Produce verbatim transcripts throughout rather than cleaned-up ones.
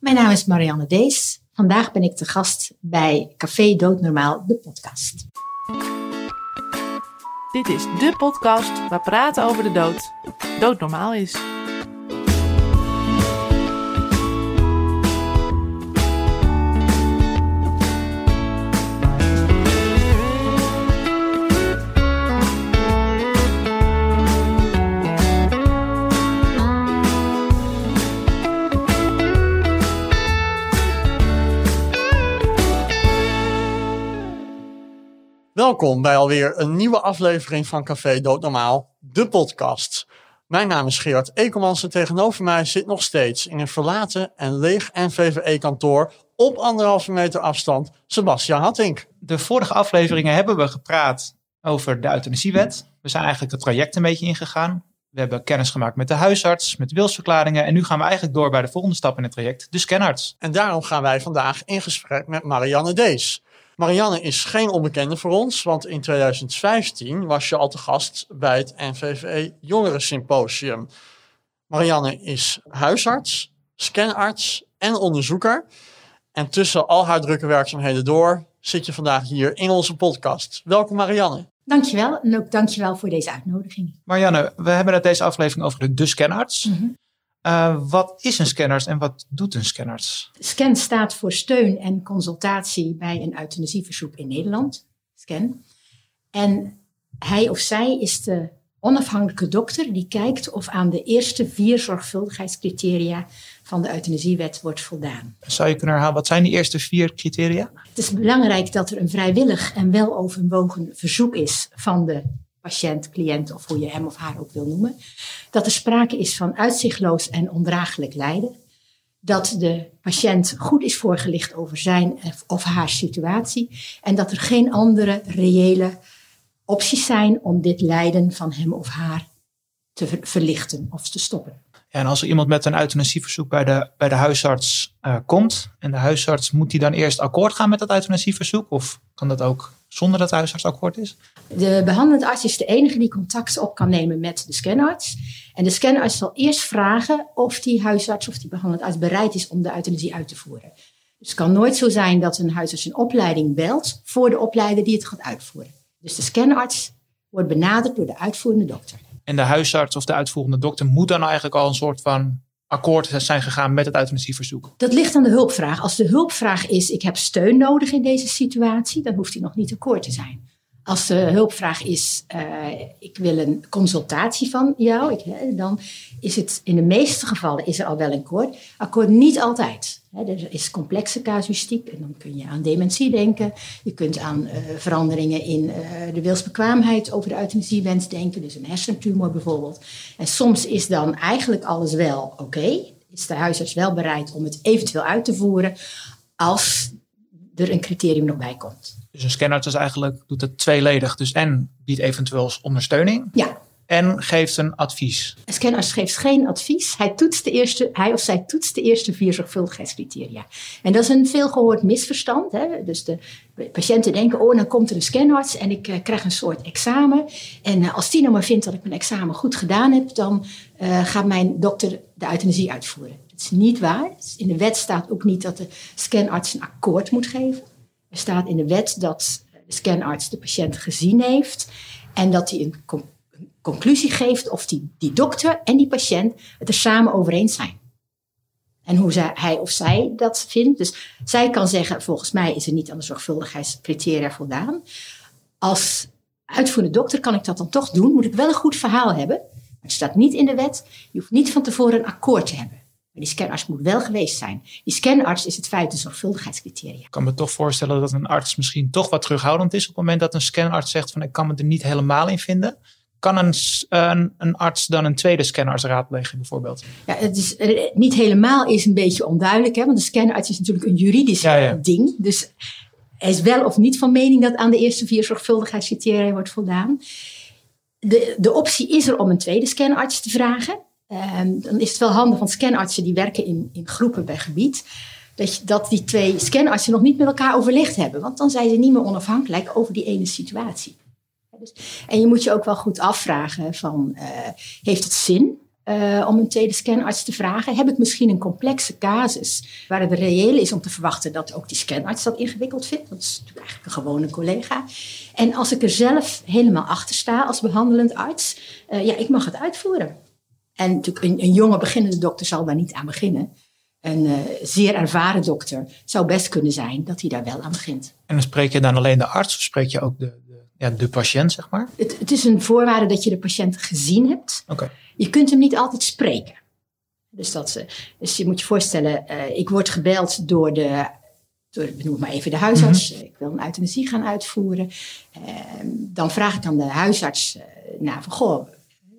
Mijn naam is Marianne Dees. Vandaag ben ik te gast bij Café Doodnormaal, de podcast. Dit is de podcast waar praten over de dood doodnormaal is. Welkom bij alweer een nieuwe aflevering van Café Doodnormaal, de podcast. Mijn naam is Gerard Ekelmans en tegenover mij zit nog steeds in een verlaten en leeg N V V E-kantoor op anderhalve meter afstand Sebastian Hattink. De vorige afleveringen hebben we gepraat over de euthanasiewet. We zijn eigenlijk het traject een beetje ingegaan. We hebben kennis gemaakt met de huisarts, met wilsverklaringen. En nu gaan we eigenlijk door bij de volgende stap in het traject, de scanarts. En daarom gaan wij vandaag in gesprek met Marianne Dees. Marianne is geen onbekende voor ons, want in tweeduizend vijftien was je al te gast bij het N V V E Jongerensymposium. Marianne is huisarts, scanarts en onderzoeker. En tussen al haar drukke werkzaamheden door zit je vandaag hier in onze podcast. Welkom Marianne. Dankjewel en ook dankjewel voor deze uitnodiging. Marianne, we hebben het deze aflevering over de, de scanarts. Mm-hmm. Uh, wat is een scanarts en wat doet een scanarts? SCAN staat voor steun en consultatie bij een euthanasieverzoek in Nederland. SCAN. En hij of zij is de onafhankelijke dokter die kijkt of aan de eerste vier zorgvuldigheidscriteria van de euthanasiewet wordt voldaan. Zou je kunnen herhalen, wat zijn die eerste vier criteria? Het is belangrijk dat er een vrijwillig en weloverwogen verzoek is van de patiënt, cliënt of hoe je hem of haar ook wil noemen. Dat er sprake is van uitzichtloos en ondraaglijk lijden. Dat de patiënt goed is voorgelicht over zijn of haar situatie. En dat er geen andere reële opties zijn om dit lijden van hem of haar te verlichten of te stoppen. Ja, en als er iemand met een euthanasieverzoek bij de, bij de huisarts uh, komt en de huisarts, moet die dan eerst akkoord gaan met dat euthanasieverzoek? Of kan dat ook zonder dat de huisarts akkoord is? De behandelend arts is de enige die contact op kan nemen met de scanarts. En de scanarts zal eerst vragen of die huisarts of die behandelend arts bereid is om de euthanasie uit te voeren. Dus het kan nooit zo zijn dat een huisarts een opleiding belt voor de opleider die het gaat uitvoeren. Dus de scanarts wordt benaderd door de uitvoerende dokter. En de huisarts of de uitvoerende dokter moet dan eigenlijk al een soort van akkoord zijn gegaan met het euthanasieverzoek? Dat ligt aan de hulpvraag. Als de hulpvraag is, ik heb steun nodig in deze situatie, dan hoeft hij nog niet akkoord te zijn. Als de hulpvraag is, uh, ik wil een consultatie van jou, ik, dan is het in de meeste gevallen is er al wel een akkoord. Akkoord niet altijd. He, er is complexe casuïstiek en dan kun je aan dementie denken. Je kunt aan uh, veranderingen in uh, de wilsbekwaamheid over de euthanasiewens denken. Dus een hersentumor bijvoorbeeld. En soms is dan eigenlijk alles wel oké. Okay. Is de huisarts wel bereid om het eventueel uit te voeren als er een criterium nog bij komt. Dus een scanarts is eigenlijk, doet het tweeledig. Dus en biedt eventueel ondersteuning. Ja. En geeft een advies. Een scanarts geeft geen advies. Hij, toetst de eerste, hij of zij toetst de eerste vier zorgvuldigheidscriteria. En dat is een veelgehoord misverstand. Hè? Dus de patiënten denken, oh, dan komt er een scanarts en ik uh, krijg een soort examen. En uh, als die nou maar vindt dat ik mijn examen goed gedaan heb, dan uh, gaat mijn dokter de euthanasie uitvoeren. Dat is niet waar. In de wet staat ook niet dat de scanarts een akkoord moet geven. Er staat in de wet dat de scanarts de patiënt gezien heeft en dat hij een com- conclusie geeft of die, die dokter en die patiënt het er samen over eens zijn. En hoe zij, hij of zij dat vindt. Dus zij kan zeggen, volgens mij is er niet aan de zorgvuldigheidscriteria voldaan. Als uitvoerende dokter kan ik dat dan toch doen. Moet ik wel een goed verhaal hebben. Maar het staat niet in de wet. Je hoeft niet van tevoren een akkoord te hebben. Maar die scanarts moet wel geweest zijn. Die scanarts is het feit de zorgvuldigheidscriteria. Ik kan me toch voorstellen dat een arts misschien toch wat terughoudend is op het moment dat een scanarts zegt van ik kan me er niet helemaal in vinden. Kan een, een, een arts dan een tweede scanarts raadplegen bijvoorbeeld? Ja, het is niet helemaal is een beetje onduidelijk. Hè? Want de scanarts is natuurlijk een juridisch ja, ja. ding. Dus hij is wel of niet van mening dat aan de eerste vier zorgvuldigheidscriteria wordt voldaan. De, de optie is er om een tweede scanarts te vragen. Um, dan is het wel handig, want scanartsen die werken in, in groepen bij gebied. Dat, je, dat die twee scanartsen nog niet met elkaar overlegd hebben. Want dan zijn ze niet meer onafhankelijk over die ene situatie. Dus, en je moet je ook wel goed afvragen van, uh, heeft het zin Uh, om een tweede scanarts te vragen. Heb ik misschien een complexe casus waar het reëel is om te verwachten dat ook die scanarts dat ingewikkeld vindt. Dat is natuurlijk eigenlijk een gewone collega. En als ik er zelf helemaal achter sta als behandelend arts, uh, ja, ik mag het uitvoeren. En natuurlijk een, een jonge beginnende dokter zal daar niet aan beginnen. Een uh, zeer ervaren dokter zou best kunnen zijn dat hij daar wel aan begint. En dan spreek je dan alleen de arts of spreek je ook de, de, ja, de patiënt, zeg maar? Het, het is een voorwaarde dat je de patiënt gezien hebt. Okay. Je kunt hem niet altijd spreken. Dus, dat, dus je moet je voorstellen, uh, ik word gebeld door de, door, noem maar even de huisarts. Mm-hmm. Ik wil een euthanasie gaan uitvoeren. Uh, dan vraag ik aan de huisarts, uh, nou van goh,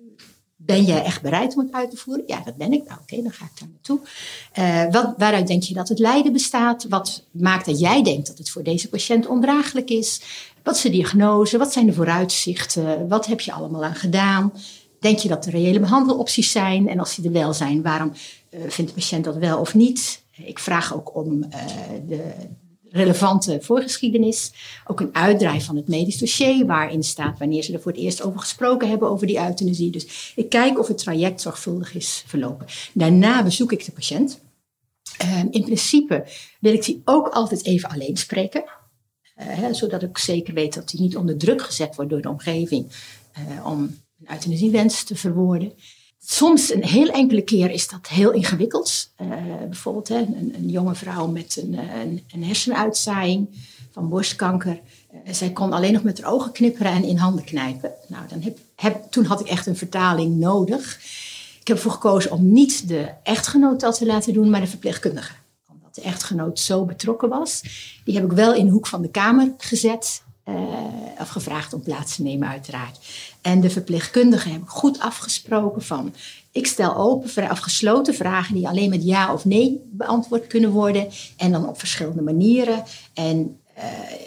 ben jij echt bereid om het uit te voeren? Ja, dat ben ik. Nou, oké, okay, dan ga ik daar naartoe. Uh, wat, waaruit denk je dat het lijden bestaat? Wat maakt dat jij denkt dat het voor deze patiënt ondraaglijk is? Wat is de diagnose? Wat zijn de vooruitzichten? Wat heb je allemaal aan gedaan? Denk je dat er reële behandelopties zijn? En als die er wel zijn, waarom uh, vindt de patiënt dat wel of niet? Ik vraag ook om uh, de relevante voorgeschiedenis. Ook een uitdraai van het medisch dossier waarin staat wanneer ze er voor het eerst over gesproken hebben over die euthanasie. Dus ik kijk of het traject zorgvuldig is verlopen. Daarna bezoek ik de patiënt. Uh, in principe wil ik die ook altijd even alleen spreken. Uh, hè, zodat ik zeker weet dat hij niet onder druk gezet wordt door de omgeving uh, om een euthanasiewens te verwoorden. Soms, een heel enkele keer, is dat heel ingewikkeld. Uh, bijvoorbeeld hè, een, een jonge vrouw met een, een, een hersenuitzaaiing van borstkanker. Uh, zij kon alleen nog met haar ogen knipperen en in handen knijpen. Nou, dan heb, heb, toen had ik echt een vertaling nodig. Ik heb ervoor gekozen om niet de echtgenoot dat te laten doen, maar de verpleegkundige. Omdat de echtgenoot zo betrokken was. Die heb ik wel in de hoek van de kamer gezet. Uh, of gevraagd om plaats te nemen uiteraard. En de verpleegkundige heb ik goed afgesproken van, ik stel open of gesloten vragen die alleen met ja of nee beantwoord kunnen worden. En dan op verschillende manieren. En uh,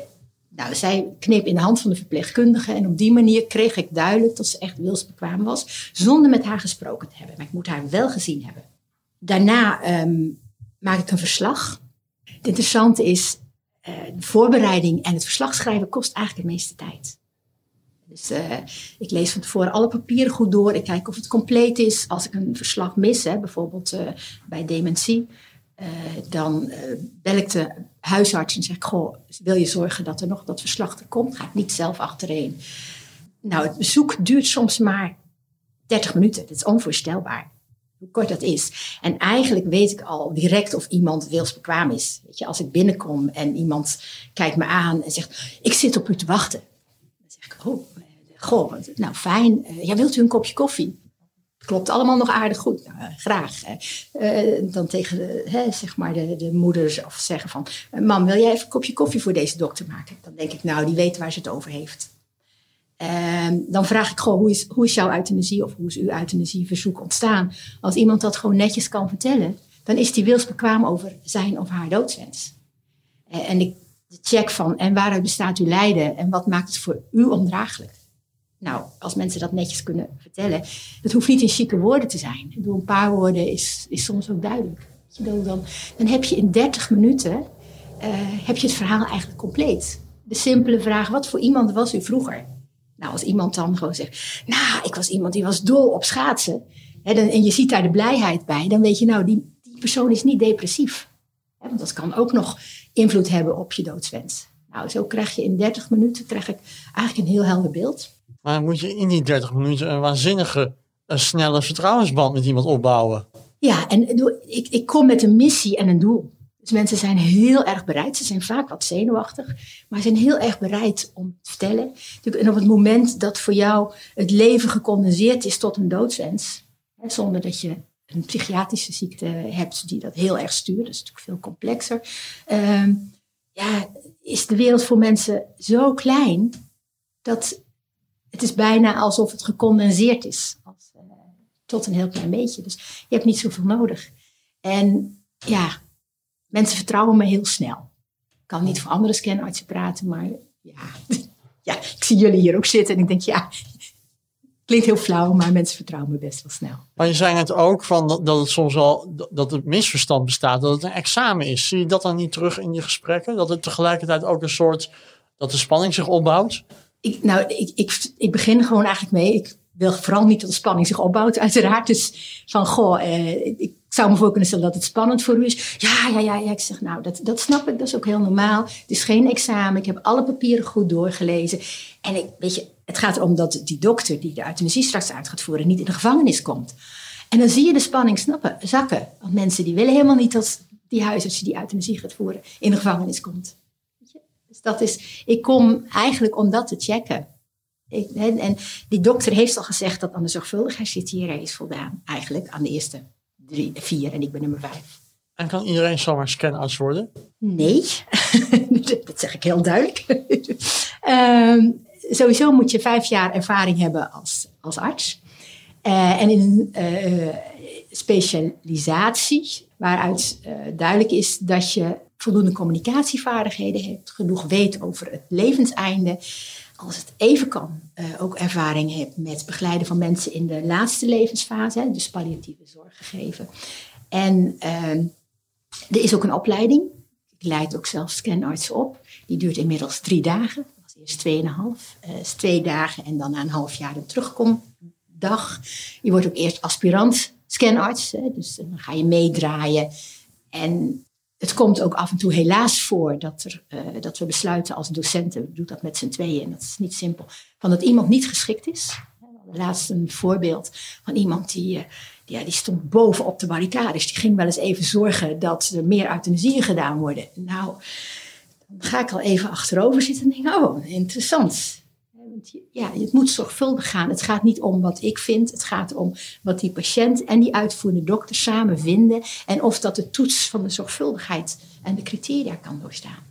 nou, zij kneep in de hand van de verpleegkundige. En op die manier kreeg ik duidelijk dat ze echt wilsbekwaam was. Zonder met haar gesproken te hebben. Maar ik moet haar wel gezien hebben. Daarna um, maak ik een verslag. Het interessante is, Uh, de voorbereiding en het verslag schrijven kost eigenlijk de meeste tijd. Dus uh, ik lees van tevoren alle papieren goed door. Ik kijk of het compleet is. Als ik een verslag mis, hè, bijvoorbeeld uh, bij dementie, uh, dan uh, bel ik de huisarts en zeg ik, goh, wil je zorgen dat er nog dat verslag er komt? Ga ik niet zelf achterheen. Nou, het bezoek duurt soms maar dertig minuten. Dat is onvoorstelbaar. Hoe kort dat is. En eigenlijk weet ik al direct of iemand wilsbekwaam is. Weet je, als ik binnenkom en iemand kijkt me aan en zegt, ik zit op u te wachten. Dan zeg ik, oh, goh, nou fijn. Uh, ja, wilt u een kopje koffie? Klopt allemaal nog aardig goed. Nou, uh, graag. Uh, dan tegen de, hè, zeg maar de, de moeders of zeggen van, mam, wil jij even een kopje koffie voor deze dokter maken? Dan denk ik, nou, die weet waar ze het over heeft. Uh, dan vraag ik gewoon, hoe is, hoe is jouw euthanasie of hoe is uw euthanasieverzoek ontstaan? Als iemand dat gewoon netjes kan vertellen, dan is die wilsbekwaam over zijn of haar doodswens. Uh, en ik check van, en waaruit bestaat uw lijden en wat maakt het voor u ondraaglijk? Nou, als mensen dat netjes kunnen vertellen, dat hoeft niet in chique woorden te zijn. Ik bedoel, een paar woorden is, is soms ook duidelijk. Dan, dan, dan heb je in dertig minuten uh, heb je het verhaal eigenlijk compleet. De simpele vraag, wat voor iemand was u vroeger? Nou, als iemand dan gewoon zegt, nou, ik was iemand die was dol op schaatsen. Hè, dan, en je ziet daar de blijheid bij. Dan weet je, nou, die, die persoon is niet depressief. Hè, want dat kan ook nog invloed hebben op je doodswens. Nou, zo krijg je in dertig minuten krijg ik eigenlijk een heel helder beeld. Maar moet je in die dertig minuten een waanzinnige, een snelle vertrouwensband met iemand opbouwen? Ja, en ik, ik kom met een missie en een doel. Dus mensen zijn heel erg bereid. Ze zijn vaak wat zenuwachtig. Maar ze zijn heel erg bereid om te vertellen. En op het moment dat voor jou het leven gecondenseerd is tot een doodswens. Hè, zonder dat je een psychiatrische ziekte hebt die dat heel erg stuurt. Dat is natuurlijk veel complexer. Um, ja, is de wereld voor mensen zo klein. Dat het is bijna alsof het gecondenseerd is. Als, uh, tot een heel klein beetje. Dus je hebt niet zoveel nodig. En ja... Mensen vertrouwen me heel snel. Ik kan niet voor andere scanartsen praten, maar ja, ja, ik zie jullie hier ook zitten en ik denk, ja, klinkt heel flauw, maar mensen vertrouwen me best wel snel. Maar je zei net ook van dat, dat het soms wel, dat het misverstand bestaat, dat het een examen is. Zie je dat dan niet terug in je gesprekken? Dat het tegelijkertijd ook een soort, dat de spanning zich opbouwt? Ik, nou, ik, ik, ik begin gewoon eigenlijk mee. Ik wil vooral niet dat de spanning zich opbouwt, uiteraard. Dus van, goh, eh, ik zou me voor kunnen stellen dat het spannend voor u is. Ja, ja, ja, ja. Ik zeg, nou, dat, dat snap ik, dat is ook heel normaal. Het is geen examen, ik heb alle papieren goed doorgelezen. En ik, weet je, het gaat erom dat die dokter die de euthanasie straks uit gaat voeren niet in de gevangenis komt. En dan zie je de spanning snappen, zakken. Want mensen die willen helemaal niet dat die huisarts die euthanasie gaat voeren in de gevangenis komt. Weet je? Dus dat is, ik kom eigenlijk om dat te checken. Ik, en die dokter heeft al gezegd dat aan de zorgvuldigheidscriteria is voldaan. Eigenlijk aan de eerste drie, vier en ik ben nummer vijf. En kan iedereen zomaar scanarts worden? Nee, dat zeg ik heel duidelijk. um, sowieso moet je vijf jaar ervaring hebben als, als arts. Uh, en in een uh, specialisatie waaruit uh, duidelijk is dat je voldoende communicatievaardigheden hebt, genoeg weet over het levenseinde. Als het even kan, uh, ook ervaring hebt met begeleiden van mensen in de laatste levensfase, hè, dus palliatieve zorg gegeven. En uh, er is ook een opleiding. Ik leid ook zelf scanartsen op. Die duurt inmiddels drie dagen. Dat was eerst tweeënhalf. Uh, is twee dagen en dan na een half jaar een terugkomdag. Je wordt ook eerst aspirant scanarts. Hè, dus dan ga je meedraaien. En het komt ook af en toe helaas voor dat, er, uh, dat we besluiten als docenten, we doen dat met z'n tweeën en dat is niet simpel, van dat iemand niet geschikt is. Laatst een voorbeeld van iemand die, uh, die, ja, die stond bovenop de barricades. Die ging wel eens even zorgen dat er meer euthanasieën gedaan worden. Nou, dan ga ik al even achterover zitten en denk, oh, interessant. Ja, het moet zorgvuldig gaan. Het gaat niet om wat ik vind. Het gaat om wat die patiënt en die uitvoerende dokter samen vinden. En of dat de toets van de zorgvuldigheid en de criteria kan doorstaan.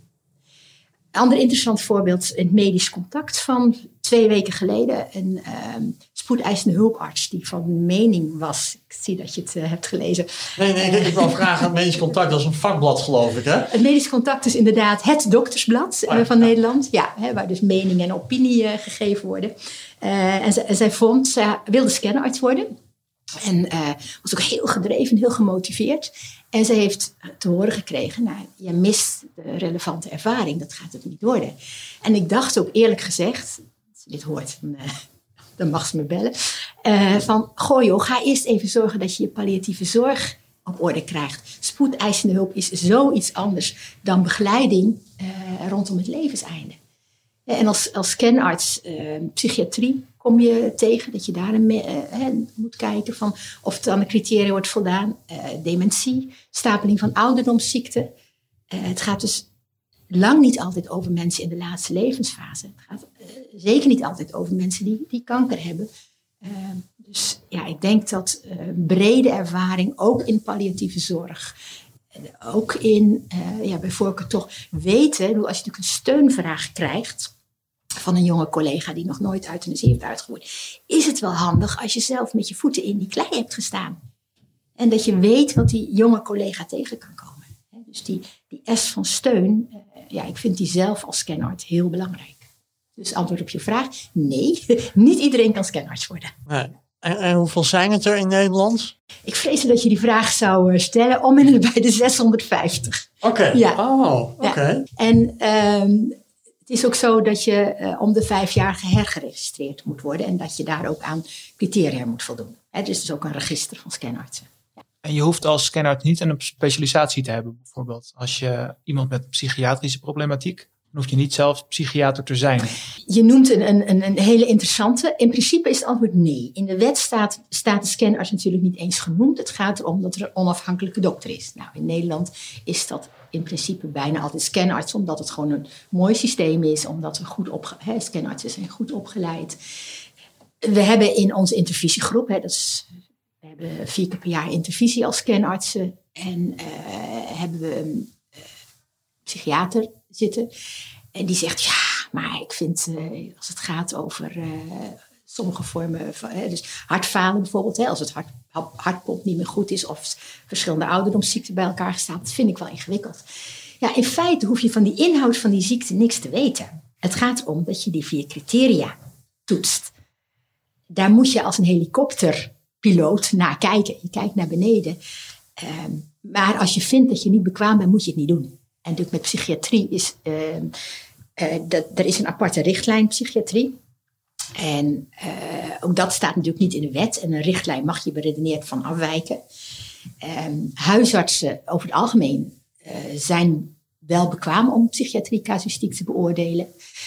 Een ander interessant voorbeeld in het medisch contact van twee weken geleden. Een um, spoedeisende hulparts die van mening was. Ik zie dat je het uh, hebt gelezen. Nee, nee, ik, ik wil vragen aan medisch contact. Dat is een vakblad, geloof ik, hè? Het medisch contact is inderdaad het doktersblad uh, van ja. Nederland. Ja, hè, waar dus mening en opinie uh, gegeven worden. Uh, en, z- en zij vond, zij wilde scanarts worden. En uh, was ook heel gedreven, heel gemotiveerd. En ze heeft te horen gekregen, nou, je mist de relevante ervaring. Dat gaat het niet worden. En ik dacht ook eerlijk gezegd, als je dit hoort, dan, uh, dan mag ze me bellen. Uh, van, goh joh, ga eerst even zorgen dat je je palliatieve zorg op orde krijgt. Spoedeisende hulp is zoiets anders dan begeleiding uh, rondom het levenseinde. En als, als scanarts, uh, psychiatrie, kom je tegen dat je daar een, uh, he, moet kijken van of het aan de criteria wordt voldaan. Uh, dementie, stapeling van ouderdomsziekten. Uh, het gaat dus lang niet altijd over mensen in de laatste levensfase. Het gaat uh, zeker niet altijd over mensen die, die kanker hebben. Uh, dus ja, ik denk dat uh, brede ervaring, ook in palliatieve zorg, uh, ook in, uh, ja, bij voorkeur toch weten, als je natuurlijk een steunvraag krijgt van een jonge collega die nog nooit euthanasie heeft uitgevoerd, is het wel handig als je zelf met je voeten in die klei hebt gestaan. En dat je weet wat die jonge collega tegen kan komen. Dus die, die S van steun, uh, ja, ik vind die zelf als scanarts heel belangrijk. Dus antwoord op je vraag, nee, niet iedereen kan scanarts worden. Nee. En, en hoeveel zijn het er in Nederland? Ik vrees dat je die vraag zou stellen om en bij de zeshonderdvijftig. Oké, okay. Ja. Oh, oké. Okay. Ja. En um, het is ook zo dat je uh, om de vijf jaar gehergeregistreerd moet worden. En dat je daar ook aan criteria moet voldoen. He, dus er is ook een register van scanartsen. Ja. En je hoeft als scanarts niet een specialisatie te hebben. Bijvoorbeeld als je iemand met psychiatrische problematiek, dan hoef je niet zelf psychiater te zijn. Je noemt een, een, een hele interessante. In principe is het antwoord nee. In de wet staat, staat de scanarts natuurlijk niet eens genoemd. Het gaat erom dat er een onafhankelijke dokter is. Nou, in Nederland is dat in principe bijna altijd scanarts, omdat het gewoon een mooi systeem is, omdat we goed opge- hè, scanartsen zijn goed opgeleid. We hebben in onze intervisiegroep, hè, dat is, we hebben vier keer per jaar intervisie als scanartsen en uh, hebben we een uh, psychiater zitten. En die zegt, ja, maar ik vind uh, als het gaat over uh, sommige vormen van, uh, dus hartfalen bijvoorbeeld, hè, als het hart, hartpomp niet meer goed is of verschillende ouderdomsziekten bij elkaar gestaan, dat vind ik wel ingewikkeld. Ja, in feite hoef je van die inhoud van die ziekte niks te weten. Het gaat om dat je die vier criteria toetst. Daar moet je als een helikopterpiloot naar kijken. Je kijkt naar beneden. Um, maar als je vindt dat je niet bekwaam bent, moet je het niet doen. En natuurlijk met psychiatrie is, uh, uh, dat, er is een aparte richtlijn psychiatrie. En uh, ook dat staat natuurlijk niet in de wet. En een richtlijn mag je beredeneerd van afwijken. Um, huisartsen over het algemeen uh, zijn wel bekwaam om psychiatrie casuïstiek te beoordelen.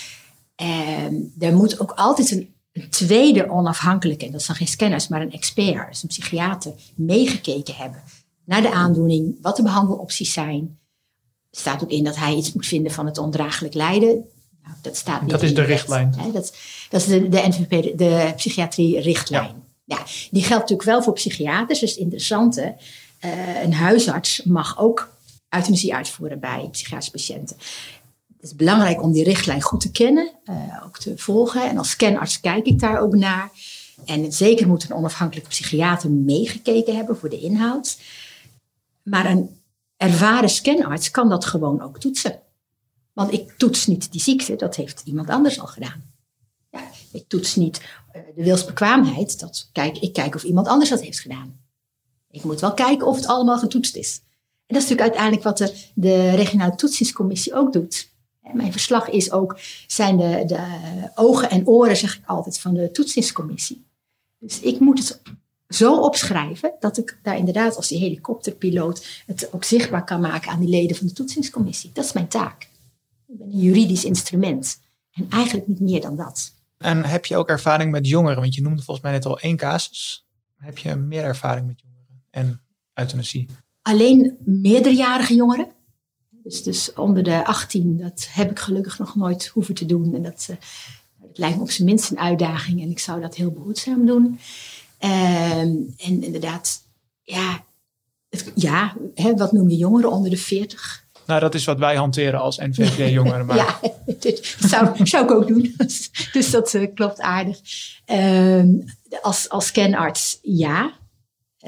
Um, er moet ook altijd een, een tweede onafhankelijke, en dat is dan geen scanners, maar een expert, dus een psychiater, meegekeken hebben naar de aandoening, wat de behandelopties zijn. Er staat ook in dat hij iets moet vinden van het ondraaglijk lijden. Nou, dat staat niet dat is de, de richtlijn. Hè? Dat, dat is de, de N V P, de, de psychiatrie-richtlijn. Ja. Ja, die geldt natuurlijk wel voor psychiaters. Dus het interessante, uh, een huisarts mag ook euthanasie uitvoeren bij psychiatrische patiënten. Het is belangrijk om die richtlijn goed te kennen, uh, ook te volgen. En als scanarts kijk ik daar ook naar. En zeker moet een onafhankelijke psychiater meegekeken hebben voor de inhoud. Maar een ervaren scanarts kan dat gewoon ook toetsen. Want ik toets niet die ziekte, dat heeft iemand anders al gedaan. Ja, ik toets niet uh, de wilsbekwaamheid, dat kijk, ik kijk of iemand anders dat heeft gedaan. Ik moet wel kijken of het allemaal getoetst is. En dat is natuurlijk uiteindelijk wat de, de regionale toetsingscommissie ook doet. Mijn verslag is ook, zijn de, de ogen en oren, zeg ik altijd, van de toetsingscommissie. Dus ik moet het zo opschrijven dat ik daar inderdaad als die helikopterpiloot het ook zichtbaar kan maken aan die leden van de toetsingscommissie. Dat is mijn taak. Ik ben een juridisch instrument. En eigenlijk niet meer dan dat. En heb je ook ervaring met jongeren? Want je noemde volgens mij net al één casus. Heb je meer ervaring met jongeren en euthanasie? Alleen meerderjarige jongeren. Dus, dus onder de achttien, dat heb ik gelukkig nog nooit hoeven te doen. En dat, uh, dat lijkt me op zijn minst een uitdaging. En ik zou dat heel behoedzaam doen. Uh, en inderdaad, ja, het, ja hè, wat noem je jongeren onder de veertig? Nou, dat is wat wij hanteren als N V V jongeren. Maar... ja, dat zou, zou ik ook doen. Dus dat uh, klopt aardig. Uh, als, als scanarts, ja. Uh,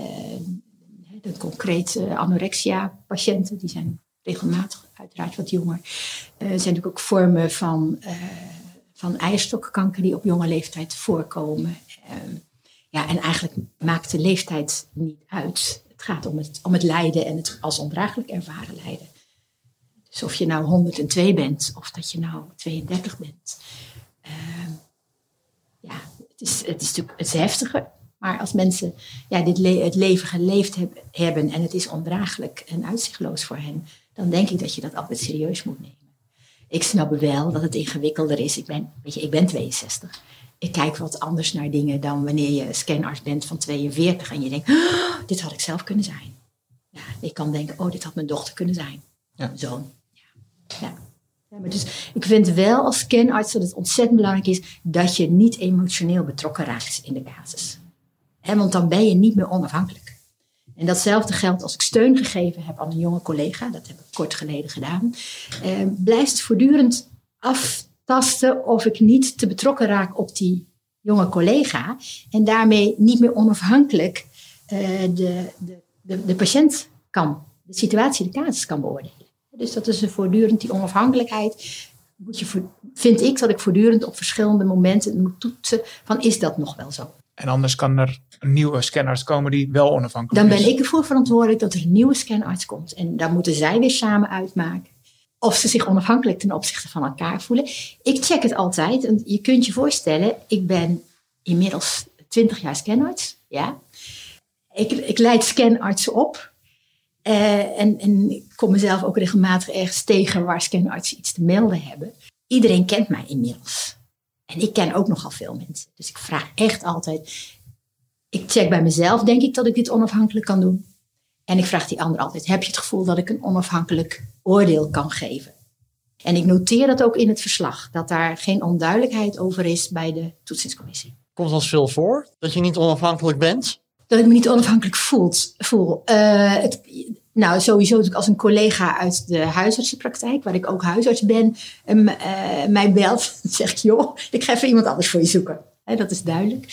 de concrete anorexia-patiënten, die zijn regelmatig uiteraard wat jonger. Uh, er zijn natuurlijk ook vormen van, uh, van eierstokkanker die op jonge leeftijd voorkomen. Uh, ja, en eigenlijk maakt de leeftijd niet uit. Het gaat om het, om het lijden en het als ondraaglijk ervaren lijden. Dus of je nou honderdtwee bent of dat je nou tweeëndertig bent. Uh, ja, het is, het is natuurlijk het is heftiger. Maar als mensen ja, dit le- het leven geleefd heb- hebben en het is ondraaglijk en uitzichtloos voor hen, dan denk ik dat je dat altijd serieus moet nemen. Ik snap wel dat het ingewikkelder is. Ik ben, weet je, ik ben tweeënzestig. Ik kijk wat anders naar dingen dan wanneer je scanarts bent van tweeënveertig en je denkt, oh, dit had ik zelf kunnen zijn. Ja, ik kan denken, oh, dit had mijn dochter kunnen zijn. Ja. Mijn zoon. Ja. Ja. Ja, maar dus ik vind wel als scanarts dat het ontzettend belangrijk is dat je niet emotioneel betrokken raakt in de casus. He, want dan ben je niet meer onafhankelijk. En datzelfde geldt als ik steun gegeven heb aan een jonge collega. Dat heb ik kort geleden gedaan. Eh, blijft het voortdurend aftasten of ik niet te betrokken raak op die jonge collega. En daarmee niet meer onafhankelijk uh, de, de, de, de patiënt kan, de situatie, de casus kan beoordelen. Dus dat is een voortdurend die onafhankelijkheid. Moet je voor, vind ik dat ik voortdurend op verschillende momenten moet toetsen van is dat nog wel zo. En anders kan er een nieuwe scanarts komen die wel onafhankelijk Dan is. ben ik ervoor verantwoordelijk dat er een nieuwe scanarts komt. En daar moeten zij weer samen uitmaken of ze zich onafhankelijk ten opzichte van elkaar voelen. Ik check het altijd. En je kunt je voorstellen, ik ben inmiddels twintig jaar scanarts. Ja. Ik, ik leid scanartsen op. Uh, en, en ik kom mezelf ook regelmatig ergens tegen waar scanartsen iets te melden hebben. Iedereen kent mij inmiddels. En ik ken ook nogal veel mensen. Dus ik vraag echt altijd. Ik check bij mezelf, denk ik, dat ik dit onafhankelijk kan doen. En ik vraag die ander altijd, heb je het gevoel dat ik een onafhankelijk oordeel kan geven? En ik noteer dat ook in het verslag. Dat daar geen onduidelijkheid over is bij de toetsingscommissie. Komt dat veel voor? Dat je niet onafhankelijk bent? Dat ik me niet onafhankelijk voelt, voel. Uh, het, nou, sowieso natuurlijk als een collega uit de huisartsenpraktijk, waar ik ook huisarts ben, um, uh, mij belt, dan zeg ik, joh, ik ga even iemand anders voor je zoeken. He, dat is duidelijk.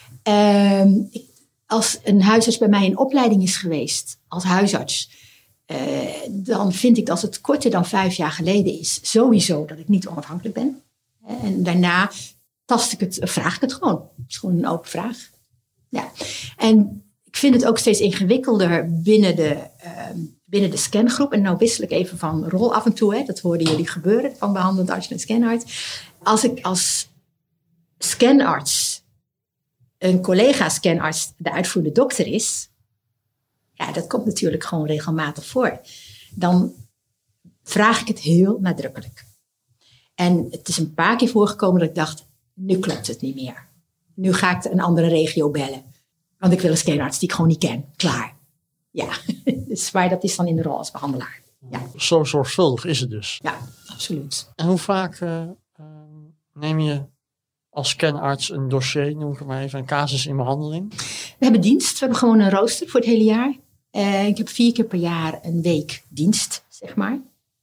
Uh, ik, als een huisarts bij mij in opleiding is geweest, als huisarts, uh, dan vind ik dat het korter dan vijf jaar geleden is, sowieso dat ik niet onafhankelijk ben. En daarna tast ik het, vraag ik het gewoon. Het is gewoon een open vraag. Ja, en ik vind het ook steeds ingewikkelder binnen de, uh, binnen de scangroep. En nou wissel ik even van rol af en toe. Hè. Dat hoorden jullie gebeuren van behandelend arts en scanarts. Als ik als scanarts, een collega-scanarts, de uitvoerende dokter is, ja, dat komt natuurlijk gewoon regelmatig voor. Dan vraag ik het heel nadrukkelijk. En het is een paar keer voorgekomen dat ik dacht, nu klopt het niet meer. Nu ga ik een andere regio bellen. Want ik wil een scanarts die ik gewoon niet ken. Klaar. Ja, dus, maar dat is dan in de rol als behandelaar. Ja. Zo zorgvuldig is het dus. Ja, absoluut. En hoe vaak uh, uh, neem je als scanarts een dossier, noem ik het maar even, een casus in behandeling? We hebben dienst. We hebben gewoon een rooster voor het hele jaar. Uh, ik heb vier keer per jaar een week dienst, zeg maar.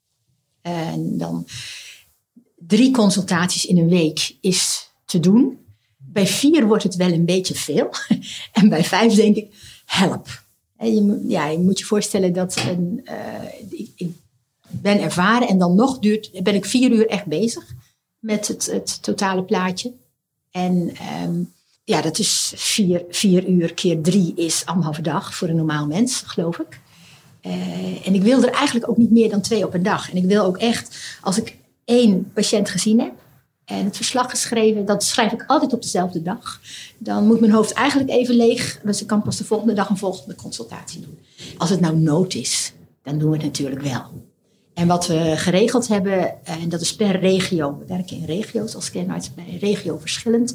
En dan drie consultaties in een week is te doen. Bij vier wordt het wel een beetje veel. En bij vijf denk ik, help. En je, ja, je moet je voorstellen dat een, uh, ik, ik ben ervaren en dan nog duurt, ben ik vier uur echt bezig met het, het totale plaatje. En um, ja, dat is vier, vier uur keer drie is anderhalve dag voor een normaal mens, geloof ik. Uh, en ik wil er eigenlijk ook niet meer dan twee op een dag. En ik wil ook echt, als ik één patiënt gezien heb en het verslag geschreven, dat schrijf ik altijd op dezelfde dag. Dan moet mijn hoofd eigenlijk even leeg, dus ik kan pas de volgende dag een volgende consultatie doen. Als het nou nood is, dan doen we het natuurlijk wel. En wat we geregeld hebben, en dat is per regio, we werken in regio's als scanarts, bij regio verschillend.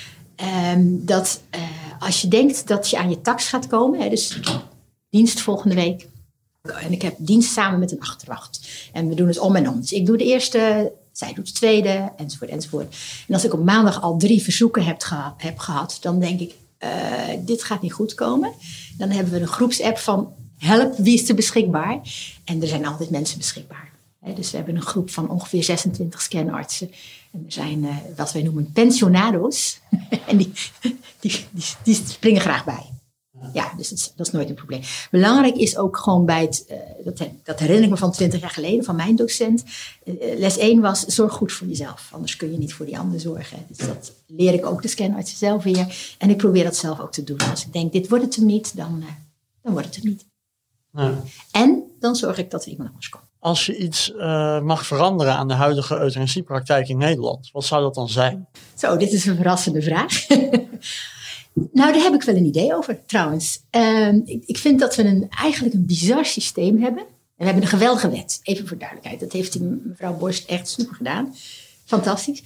Um, dat uh, als je denkt dat je aan je tax gaat komen, hè, dus dienst volgende week. En ik heb dienst samen met een achterwacht. En we doen het om en om. Dus ik doe de eerste, zij doet de tweede, enzovoort, enzovoort. En als ik op maandag al drie verzoeken heb, geha- heb gehad, dan denk ik, uh, dit gaat niet goed komen. Dan hebben we een groepsapp van help, wie is er beschikbaar? En er zijn altijd mensen beschikbaar. He, dus we hebben een groep van ongeveer zesentwintig scanartsen. En er zijn uh, wat wij noemen pensionado's. en die, die, die, die springen graag bij. Ja, dus dat is, dat is nooit een probleem. Belangrijk is ook gewoon bij het, uh, dat, dat herinner ik me van twintig jaar geleden, van mijn docent. Uh, les één was, zorg goed voor jezelf. Anders kun je niet voor die ander zorgen. Dus dat leer ik ook de scanartsen zelf weer. En ik probeer dat zelf ook te doen. Als ik denk, dit wordt het hem niet, dan, uh, dan wordt het hem niet. Ja. En dan zorg ik dat er iemand anders komt. Als je iets uh, mag veranderen aan de huidige euthanasiepraktijk in Nederland, wat zou dat dan zijn? Zo, dit is een verrassende vraag. Nou, daar heb ik wel een idee over, trouwens. Uh, ik, ik vind dat we een, eigenlijk een bizar systeem hebben. En we hebben een geweldige wet, even voor duidelijkheid. Dat heeft die mevrouw Borst echt super gedaan. Fantastisch.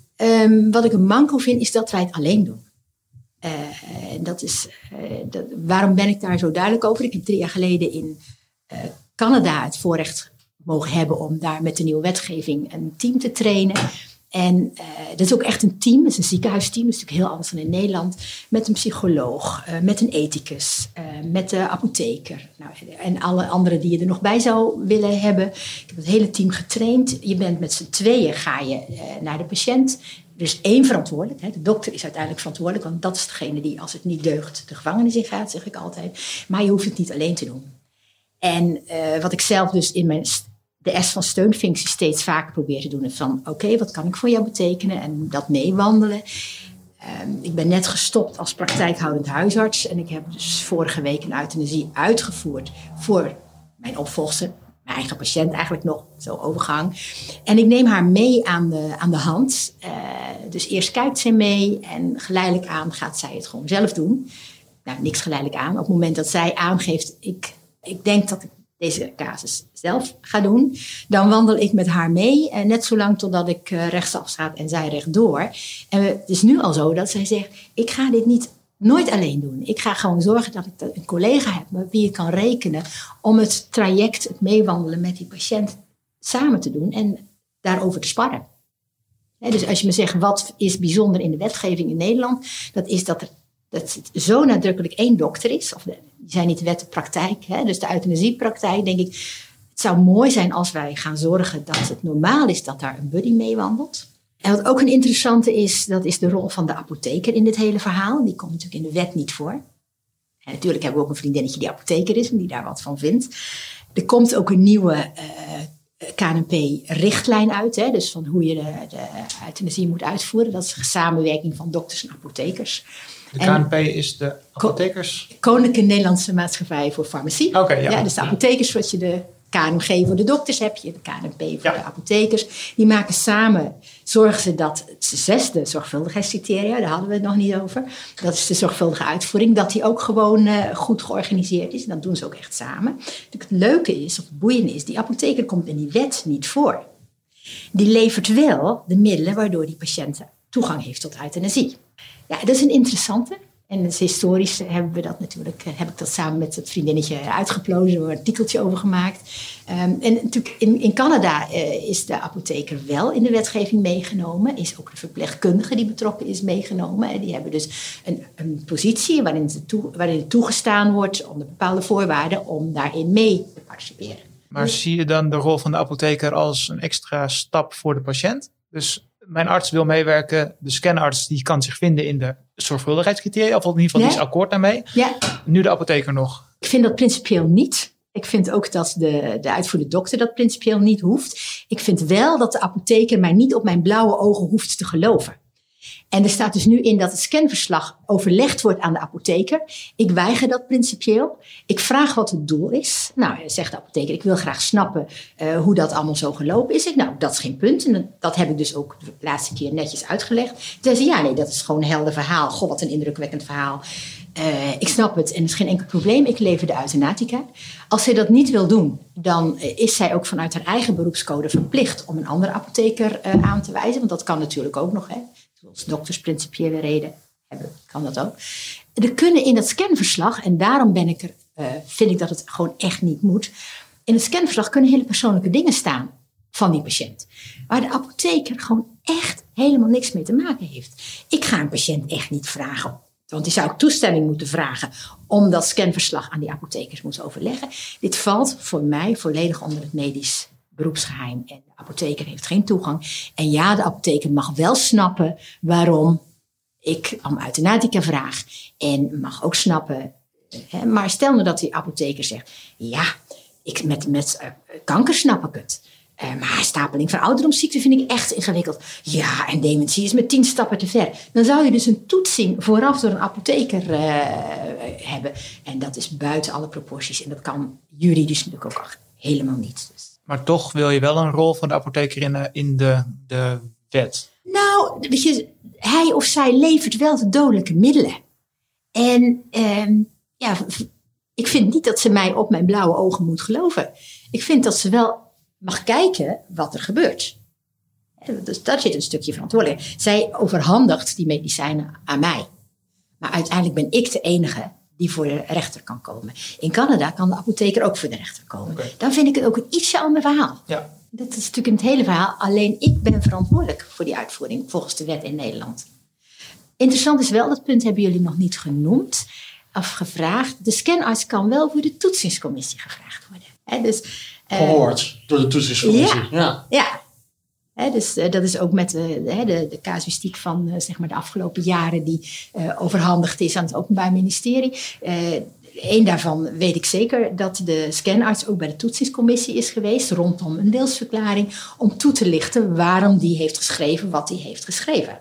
Um, wat ik een manco vind, is dat wij het alleen doen. Uh, dat is, uh, dat, waarom ben ik daar zo duidelijk over? Ik heb drie jaar geleden in uh, Canada het voorrecht mogen hebben om daar met de nieuwe wetgeving een team te trainen. En uh, dat is ook echt een team, dat is een ziekenhuisteam, dat is natuurlijk heel anders dan in Nederland. Met een psycholoog, uh, met een ethicus, uh, met de apotheker. Nou, en alle anderen die je er nog bij zou willen hebben. Ik heb het hele team getraind. Je bent met z'n tweeën, ga je uh, naar de patiënt. Er is één verantwoordelijk. Hè. De dokter is uiteindelijk verantwoordelijk, want dat is degene die, als het niet deugt, de gevangenis in gaat, zeg ik altijd. Maar je hoeft het niet alleen te doen. En uh, wat ik zelf dus in mijn de S van steunfunctie steeds vaker probeer te doen. Van oké, okay, wat kan ik voor jou betekenen? En dat meewandelen. Um, ik ben net gestopt als praktijkhoudend huisarts. En ik heb dus vorige week een euthanasie uitgevoerd voor mijn opvolger. Mijn eigen patiënt eigenlijk nog, zo overgang. En ik neem haar mee aan de, aan de hand. Uh, dus eerst kijkt zij mee en geleidelijk aan gaat zij het gewoon zelf doen. Nou, niks geleidelijk aan. Op het moment dat zij aangeeft, ik, ik denk dat ik deze casus zelf ga doen, dan wandel ik met haar mee. En net zolang totdat ik uh, rechtsaf ga en zij rechtdoor. En het is nu al zo dat zij zegt, ik ga dit niet nooit alleen doen. Ik ga gewoon zorgen dat ik een collega heb met wie ik kan rekenen om het traject, het meewandelen met die patiënt samen te doen en daarover te sparren. He, dus als je me zegt, wat is bijzonder in de wetgeving in Nederland, dat is dat er dat het zo nadrukkelijk één dokter is. Of de, die zijn niet de wet de praktijk. Hè, dus de euthanasiepraktijk, denk ik. Het zou mooi zijn als wij gaan zorgen dat het normaal is dat daar een buddy meewandelt. En wat ook een interessante is, dat is de rol van de apotheker in dit hele verhaal. Die komt natuurlijk in de wet niet voor. En natuurlijk hebben we ook een vriendinnetje die apotheker is en die daar wat van vindt. Er komt ook een nieuwe uh, K N P-richtlijn uit. Hè, dus van hoe je de, de euthanasie moet uitvoeren. Dat is de samenwerking van dokters en apothekers. De K N P is de apothekers? Koninklijke Nederlandse Maatschappij voor Farmacie. Okay, ja. Ja, dus de apothekers, wat je de K N M G voor de dokters heb je, de K N M P voor Ja. de apothekers. Die maken samen, zorgen ze dat het zesde zorgvuldigheidscriteria, daar hadden we het nog niet over. Dat is de zorgvuldige uitvoering, dat die ook gewoon uh, goed georganiseerd is. En dat doen ze ook echt samen. Het leuke is, of het boeiende is, die apotheker komt in die wet niet voor. Die levert wel de middelen waardoor die patiënt toegang heeft tot euthanasie. Ja, dat is een interessante. En dus historisch hebben we dat natuurlijk, heb ik dat samen met het vriendinnetje uitgeplozen, er een artikeltje over gemaakt. Um, en natuurlijk in, in Canada uh, is de apotheker wel in de wetgeving meegenomen. Is ook de verpleegkundige die betrokken is meegenomen. En die hebben dus een, een positie waarin, ze toe, waarin het toegestaan wordt onder bepaalde voorwaarden om daarin mee te participeren. Maar dus, zie je dan de rol van de apotheker als een extra stap voor de patiënt? Dus mijn arts wil meewerken, de scanarts die kan zich vinden in de zorgvuldigheidscriteria, of in ieder geval ja. die is akkoord daarmee. Ja. Nu de apotheker nog. Ik vind dat principieel niet. Ik vind ook dat de, de uitvoerende dokter dat principieel niet hoeft. Ik vind wel dat de apotheker mij niet op mijn blauwe ogen hoeft te geloven. En er staat dus nu in dat het scanverslag overlegd wordt aan de apotheker. Ik weiger dat principieel. Ik vraag wat het doel is. Nou, zegt de apotheker, ik wil graag snappen uh, hoe dat allemaal zo gelopen is. Ik, nou, dat is geen punt. En dat, dat heb ik dus ook de laatste keer netjes uitgelegd. Toen zei ze, ja, nee, dat is gewoon een helder verhaal. Goh, wat een indrukwekkend verhaal. Uh, ik snap het en het is geen enkel probleem. Ik lever de euthanatica. Als zij dat niet wil doen, dan uh, is zij ook vanuit haar eigen beroepscode verplicht om een andere apotheker uh, aan te wijzen. Want dat kan natuurlijk ook nog, hè. Als dokters principiële reden hebben, kan dat ook. Er kunnen in dat scanverslag, en daarom ben ik er, uh, vind ik dat het gewoon echt niet moet. In het scanverslag kunnen hele persoonlijke dingen staan van die patiënt. Waar de apotheker gewoon echt helemaal niks mee te maken heeft. Ik ga een patiënt echt niet vragen, want die zou ook toestemming moeten vragen om dat scanverslag aan die apothekers moeten overleggen. Dit valt voor mij volledig onder het medisch beroepsgeheim en de apotheker heeft geen toegang. En ja, de apotheker mag wel snappen waarom ik om euthanatica vraag. En mag ook snappen, hè, maar stel nou dat die apotheker zegt, ja, ik, met, met uh, kanker snap ik het. Uh, maar stapeling van ouderdomsziekte vind ik echt ingewikkeld. Ja, en dementie is met tien stappen te ver. Dan zou je dus een toetsing vooraf door een apotheker uh, hebben. En dat is buiten alle proporties. En dat kan juridisch natuurlijk ook helemaal niet. Dus. Maar toch wil je wel een rol van de apotheker in de, in de, de wet. Nou, weet je, hij of zij levert wel de dodelijke middelen. En uh, ja, ik vind niet dat ze mij op mijn blauwe ogen moet geloven. Ik vind dat ze wel mag kijken wat er gebeurt. Dus daar zit een stukje verantwoordelijkheid. Zij overhandigt die medicijnen aan mij. Maar uiteindelijk ben ik de enige die voor de rechter kan komen. In Canada kan de apotheker ook voor de rechter komen. Okay. Dan vind ik het ook een ietsje ander verhaal. Ja. Dat is natuurlijk in het hele verhaal. Alleen ik ben verantwoordelijk voor die uitvoering volgens de wet in Nederland. Interessant is wel, dat punt hebben jullie nog niet genoemd of gevraagd. De scanarts kan wel voor de toetsingscommissie gevraagd worden. He, dus, uh, Gehoord door de toetsingscommissie. Ja, ja. ja. He, dus uh, dat is ook met uh, de, de, de casuïstiek van uh, zeg maar de afgelopen jaren die uh, overhandigd is aan het Openbaar Ministerie. Uh, Eén daarvan weet ik zeker dat de scanarts ook bij de toetsingscommissie is geweest rondom een wilsverklaring om toe te lichten waarom die heeft geschreven wat hij heeft geschreven.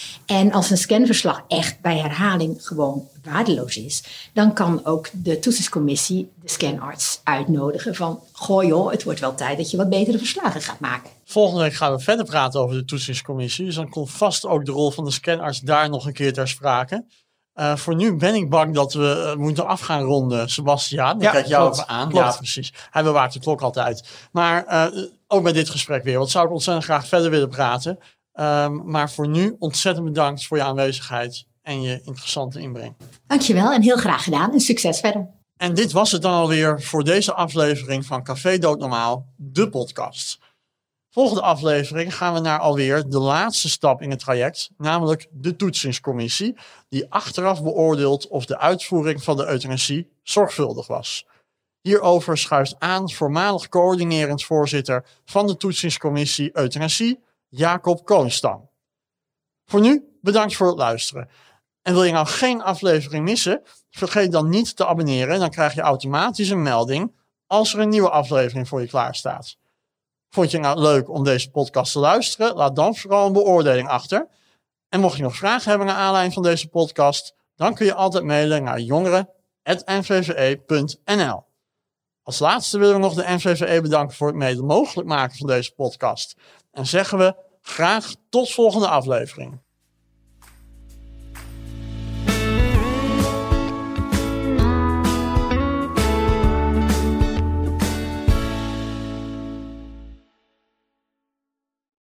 En als een scanverslag echt bij herhaling gewoon waardeloos is, dan kan ook de toetsingscommissie de scanarts uitnodigen van, goh joh, het wordt wel tijd dat je wat betere verslagen gaat maken. Volgende week gaan we verder praten over de toetsingscommissie, dus dan komt vast ook de rol van de scanarts daar nog een keer ter sprake. Uh, voor nu ben ik bang dat we uh, moeten af gaan ronden, Sebastiaan. Ik ja, kijk jou klopt, even aan. Klopt. Ja, precies. Hij bewaart de klok altijd. Maar uh, ook bij dit gesprek weer, want zou ik ontzettend graag verder willen praten. Um, maar voor nu ontzettend bedankt voor je aanwezigheid en je interessante inbreng. Dankjewel en heel graag gedaan en succes verder. En dit was het dan alweer voor deze aflevering van Café Doodnormaal, de podcast. Volgende aflevering gaan we naar alweer de laatste stap in het traject, namelijk de toetsingscommissie, die achteraf beoordeelt of de uitvoering van de euthanasie zorgvuldig was. Hierover schuift aan voormalig coördinerend voorzitter van de toetsingscommissie euthanasie, Jacob Koonstam. Voor nu, bedankt voor het luisteren. En wil je nou geen aflevering missen, vergeet dan niet te abonneren. Dan krijg je automatisch een melding als er een nieuwe aflevering voor je klaar staat. Vond je nou leuk om deze podcast te luisteren? Laat dan vooral een beoordeling achter. En mocht je nog vragen hebben naar aanleiding van deze podcast, dan kun je altijd mailen naar jongeren apenstaartje n v v e punt n l. Als laatste willen we nog de N V V E bedanken voor het mede mogelijk maken van deze podcast. En zeggen we graag tot volgende aflevering.